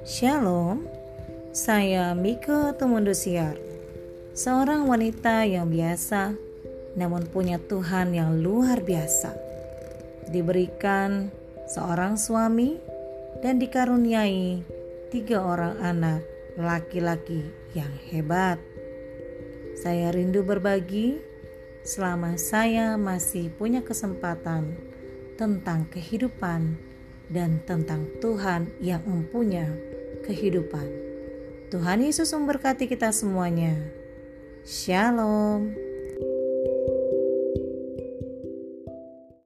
Shalom, saya Mika Tumundosiar, seorang wanita yang biasa namun punya Tuhan yang luar biasa. Diberikan seorang suami dan dikaruniai 3 orang anak laki-laki yang hebat. Saya rindu berbagi selama saya masih punya kesempatan tentang kehidupan dan tentang Tuhan yang mempunyai kehidupan. Tuhan Yesus memberkati kita semuanya. Shalom.